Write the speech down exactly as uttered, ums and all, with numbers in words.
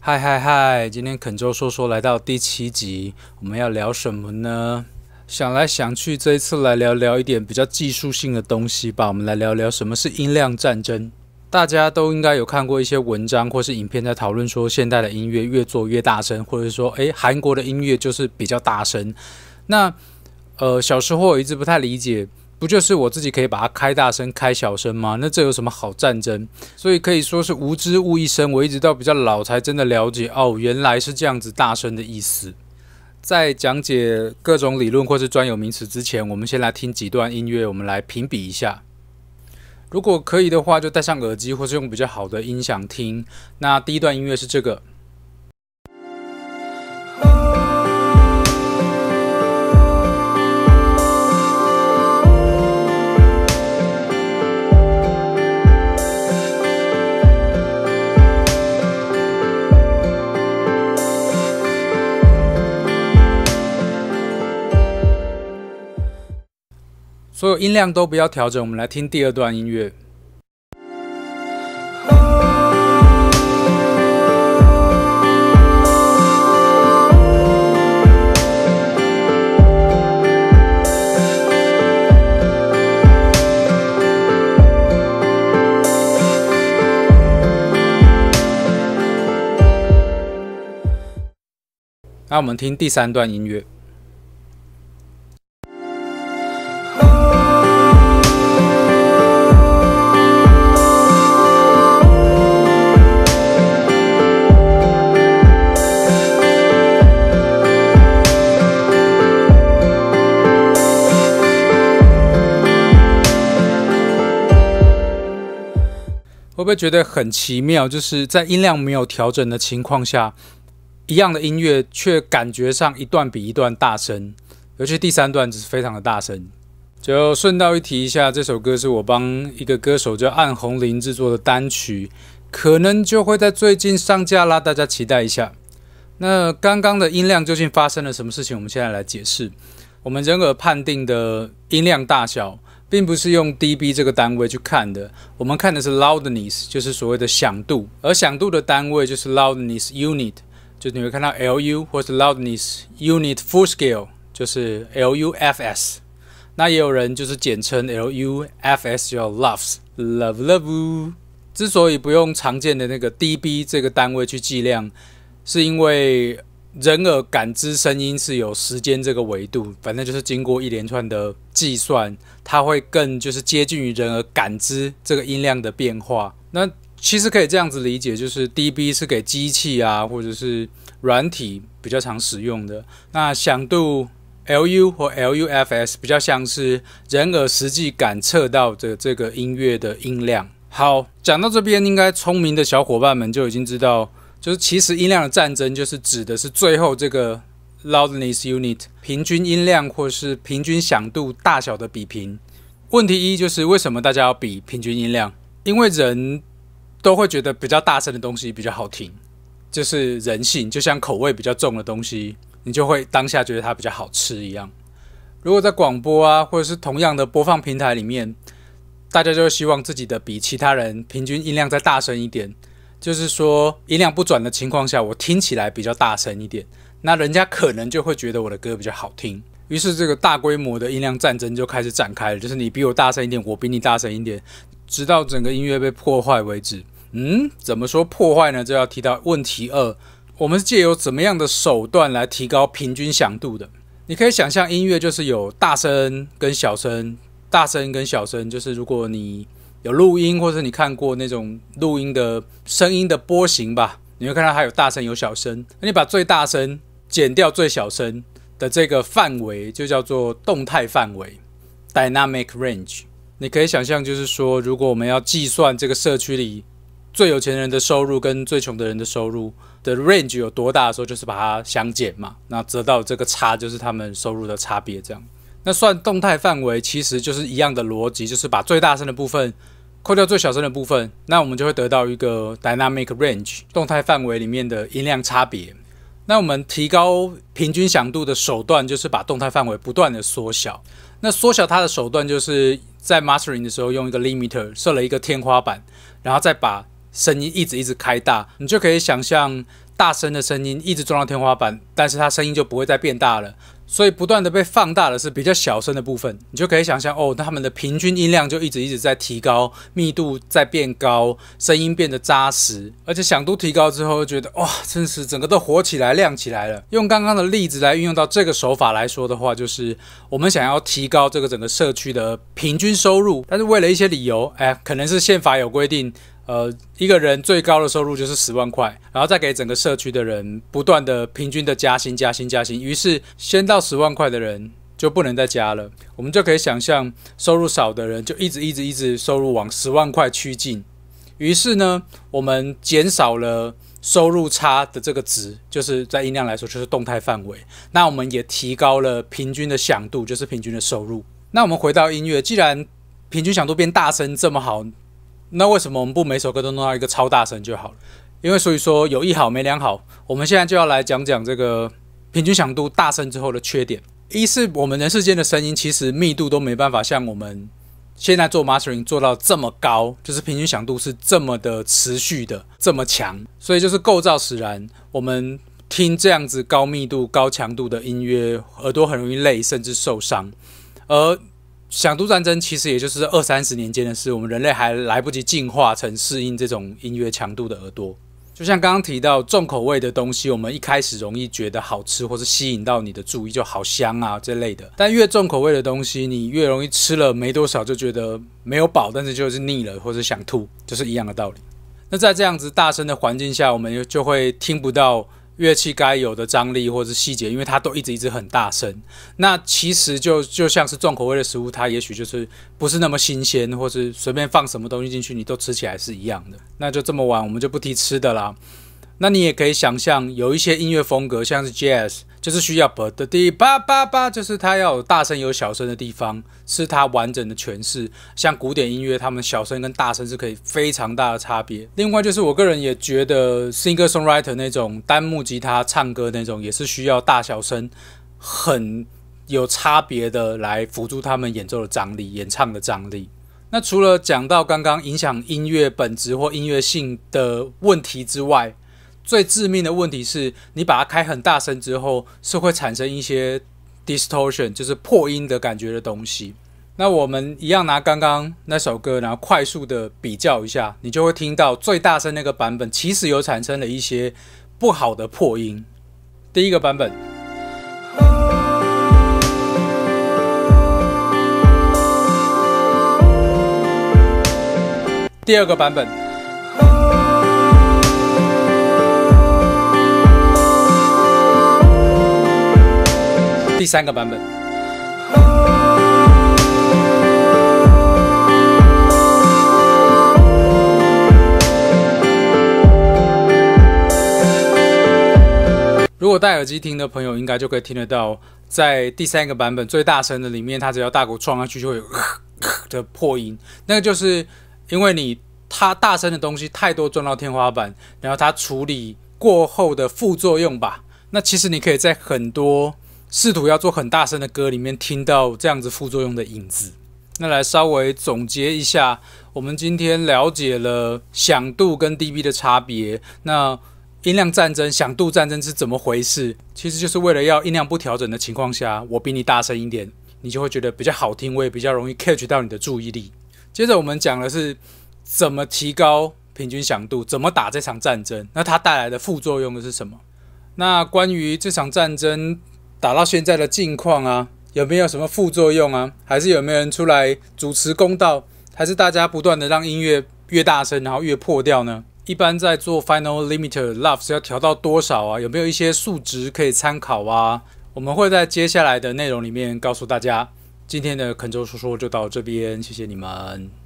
嗨嗨嗨！今天肯周说说来到第七集，我们要聊什么呢？想来想去，这一次来聊聊一点比较技术性的东西吧。我们来聊聊什么是音量战争。大家都应该有看过一些文章或是影片在讨论说，现代的音乐越做越大声，或者说，诶，韩国的音乐就是比较大声。那呃，小时候我一直不太理解。不就是我自己可以把它开大声、开小声吗？那这有什么好战争？所以可以说是无知误一生。我一直到比较老才真的了解，哦，原来是这样子大声的意思。在讲解各种理论或是专有名词之前，我们先来听几段音乐，我们来评比一下。如果可以的话，就戴上耳机或是用比较好的音响听。那第一段音乐是这个。所有音量都不要调整，我们来听第二段音乐。那我们听第三段音乐。会不会觉得很奇妙？就是在音量没有调整的情况下，一样的音乐却感觉上一段比一段大声，尤其第三段就是非常的大声。就顺道一提一下，这首歌是我帮一个歌手叫岸红林制作的单曲，可能就会在最近上架啦，大家期待一下。那刚刚的音量究竟发生了什么事情？我们现在来解释。我们人耳判定的音量大小并不是用 dB 这个单位去看的，我们看的是 loudness， 就是所谓的响度，而响度的单位就是 loudness unit， 就你会看到 L U 或是 loudness unit full scale， 就是 L U F S。那也有人就是简称 L U F S 叫 loves love love。之所以不用常见的那个 dB 这个单位去计量，是因为人耳感知声音是有时间这个维度，反正就是经过一连串的计算，它会更就是接近于人耳感知这个音量的变化。那其实可以这样子理解，就是 dB 是给机器啊或者是软体比较常使用的，那响度 L U 或 L U F S 比较像是人耳实际感测到的这个音乐的音量。好，讲到这边，应该聪明的小伙伴们就已经知道，就是其实音量的战争就是指的是最后这个 loudness unit 平均音量或是平均响度大小的比拼。问题一就是为什么大家要比平均音量？因为人都会觉得比较大声的东西比较好听，就是人性，就像口味比较重的东西，你就会当下觉得它比较好吃一样。如果在广播啊或者是同样的播放平台里面，大家就会希望自己的比其他人平均音量再大声一点，就是说音量不转的情况下，我听起来比较大声一点，那人家可能就会觉得我的歌比较好听。于是这个大规模的音量战争就开始展开了，就是你比我大声一点，我比你大声一点，直到整个音乐被破坏为止。嗯，怎么说破坏呢？就要提到问题二，我们是借由怎么样的手段来提高平均响度的？你可以想象音乐就是有大声跟小声，大声跟小声，就是如果你有录音，或者你看过那种录音的声音的波形吧，你会看到它有大声有小声。那你把最大声减掉最小声的这个范围，就叫做动态范围 （dynamic range）。你可以想象，就是说，如果我们要计算这个社区里最有钱人的收入跟最穷的人的收入的 range 有多大的时候，就是把它相减嘛，那得到这个差就是他们收入的差别这样。那算动态范围其实就是一样的逻辑，就是把最大声的部分扣掉最小声的部分，那我们就会得到一个 dynamic range 动态范围里面的音量差别。那我们提高平均响度的手段就是把动态范围不断的缩小。那缩小它的手段就是在 mastering 的时候用一个 limiter 设了一个天花板，然后再把声音一直一直开大，你就可以想象大声的声音一直撞到天花板，但是它声音就不会再变大了。所以不断的被放大的是比较小声的部分，你就可以想象哦，他们的平均音量就一直一直在提高，密度在变高，声音变得扎实，而且响度提高之后，觉得哇，真是整个都活起来、亮起来了。用刚刚的例子来运用到这个手法来说的话，就是我们想要提高这个整个社区的平均收入，但是为了一些理由，哎，可能是宪法有规定。呃，一个人最高的收入就是十万块，然后再给整个社区的人不断的平均的加薪、加薪、加薪，于是先到十万块的人就不能再加了。我们就可以想象，收入少的人就一直一直一直收入往十万块趋近。于是呢，我们减少了收入差的这个值，就是在音量来说就是动态范围。那我们也提高了平均的响度，就是平均的收入。那我们回到音乐，既然平均响度变大声这么好，那为什么我们不每首歌都弄到一个超大声就好了？因为所以说有一好没两好，我们现在就要来讲讲这个平均响度大声之后的缺点。一是我们人世间的声音其实密度都没办法像我们现在做 mastering 做到这么高，就是平均响度是这么的持续的这么强，所以就是构造使然，我们听这样子高密度高强度的音乐，耳朵很容易累甚至受伤。而响度战争其实也就是二三十年间的事，我们人类还来不及进化成适应这种音乐强度的耳朵。就像刚刚提到重口味的东西，我们一开始容易觉得好吃或是吸引到你的注意，就好香啊这类的，但越重口味的东西你越容易吃了没多少就觉得没有饱，但是就是腻了或者想吐，就是一样的道理。那在这样子大声的环境下，我们就会听不到乐器该有的张力或是细节，因为它都一直一直很大声。那其实就就像是重口味的食物，它也许就是不是那么新鲜，或是随便放什么东西进去，你都吃起来是一样的。那就这么晚，我们就不提吃的啦。那你也可以想象，有一些音乐风格，像是 Jazz， 就是需要 b d d 叭叭叭，就是它要有大声有小声的地方，是它完整的诠释。像古典音乐，他们小声跟大声是可以非常大的差别。另外就是我个人也觉得 Singer Songwriter 那种单木吉他唱歌那种，也是需要大小声很有差别的来辅助他们演奏的张力、演唱的张力。那除了讲到刚刚影响音乐本质或音乐性的问题之外，最致命的问题是，你把它开很大声之后，是会产生一些 distortion， 就是破音的感觉的东西。那我们一样拿刚刚那首歌，然后快速的比较一下，你就会听到最大声那个版本其实有产生了一些不好的破音。第一个版本，第二个版本，第三个版本，如果戴耳机听的朋友，应该就可以听得到，在第三个版本最大声的里面，它只要大鼓撞上去就会有的破音，那个就是因为你它大声的东西太多撞到天花板，然后它处理过后的副作用吧。那其实你可以在很多试图要做很大声的歌里面听到这样子副作用的影子。那来稍微总结一下，我们今天了解了响度跟 dB 的差别，那音量战争、响度战争是怎么回事？其实就是为了要音量不调整的情况下，我比你大声一点，你就会觉得比较好听，我也比较容易 catch 到你的注意力。接着我们讲的是怎么提高平均响度，怎么打这场战争，那它带来的副作用的是什么？那关于这场战争打到现在的境况啊，有没有什么副作用啊？还是有没有人出来主持公道？还是大家不断的让音乐越大声，然后越破掉呢？一般在做 Final Limiter Love 是要调到多少啊？有没有一些数值可以参考啊？我们会在接下来的内容里面告诉大家。今天的肯州说说就到这边，谢谢你们。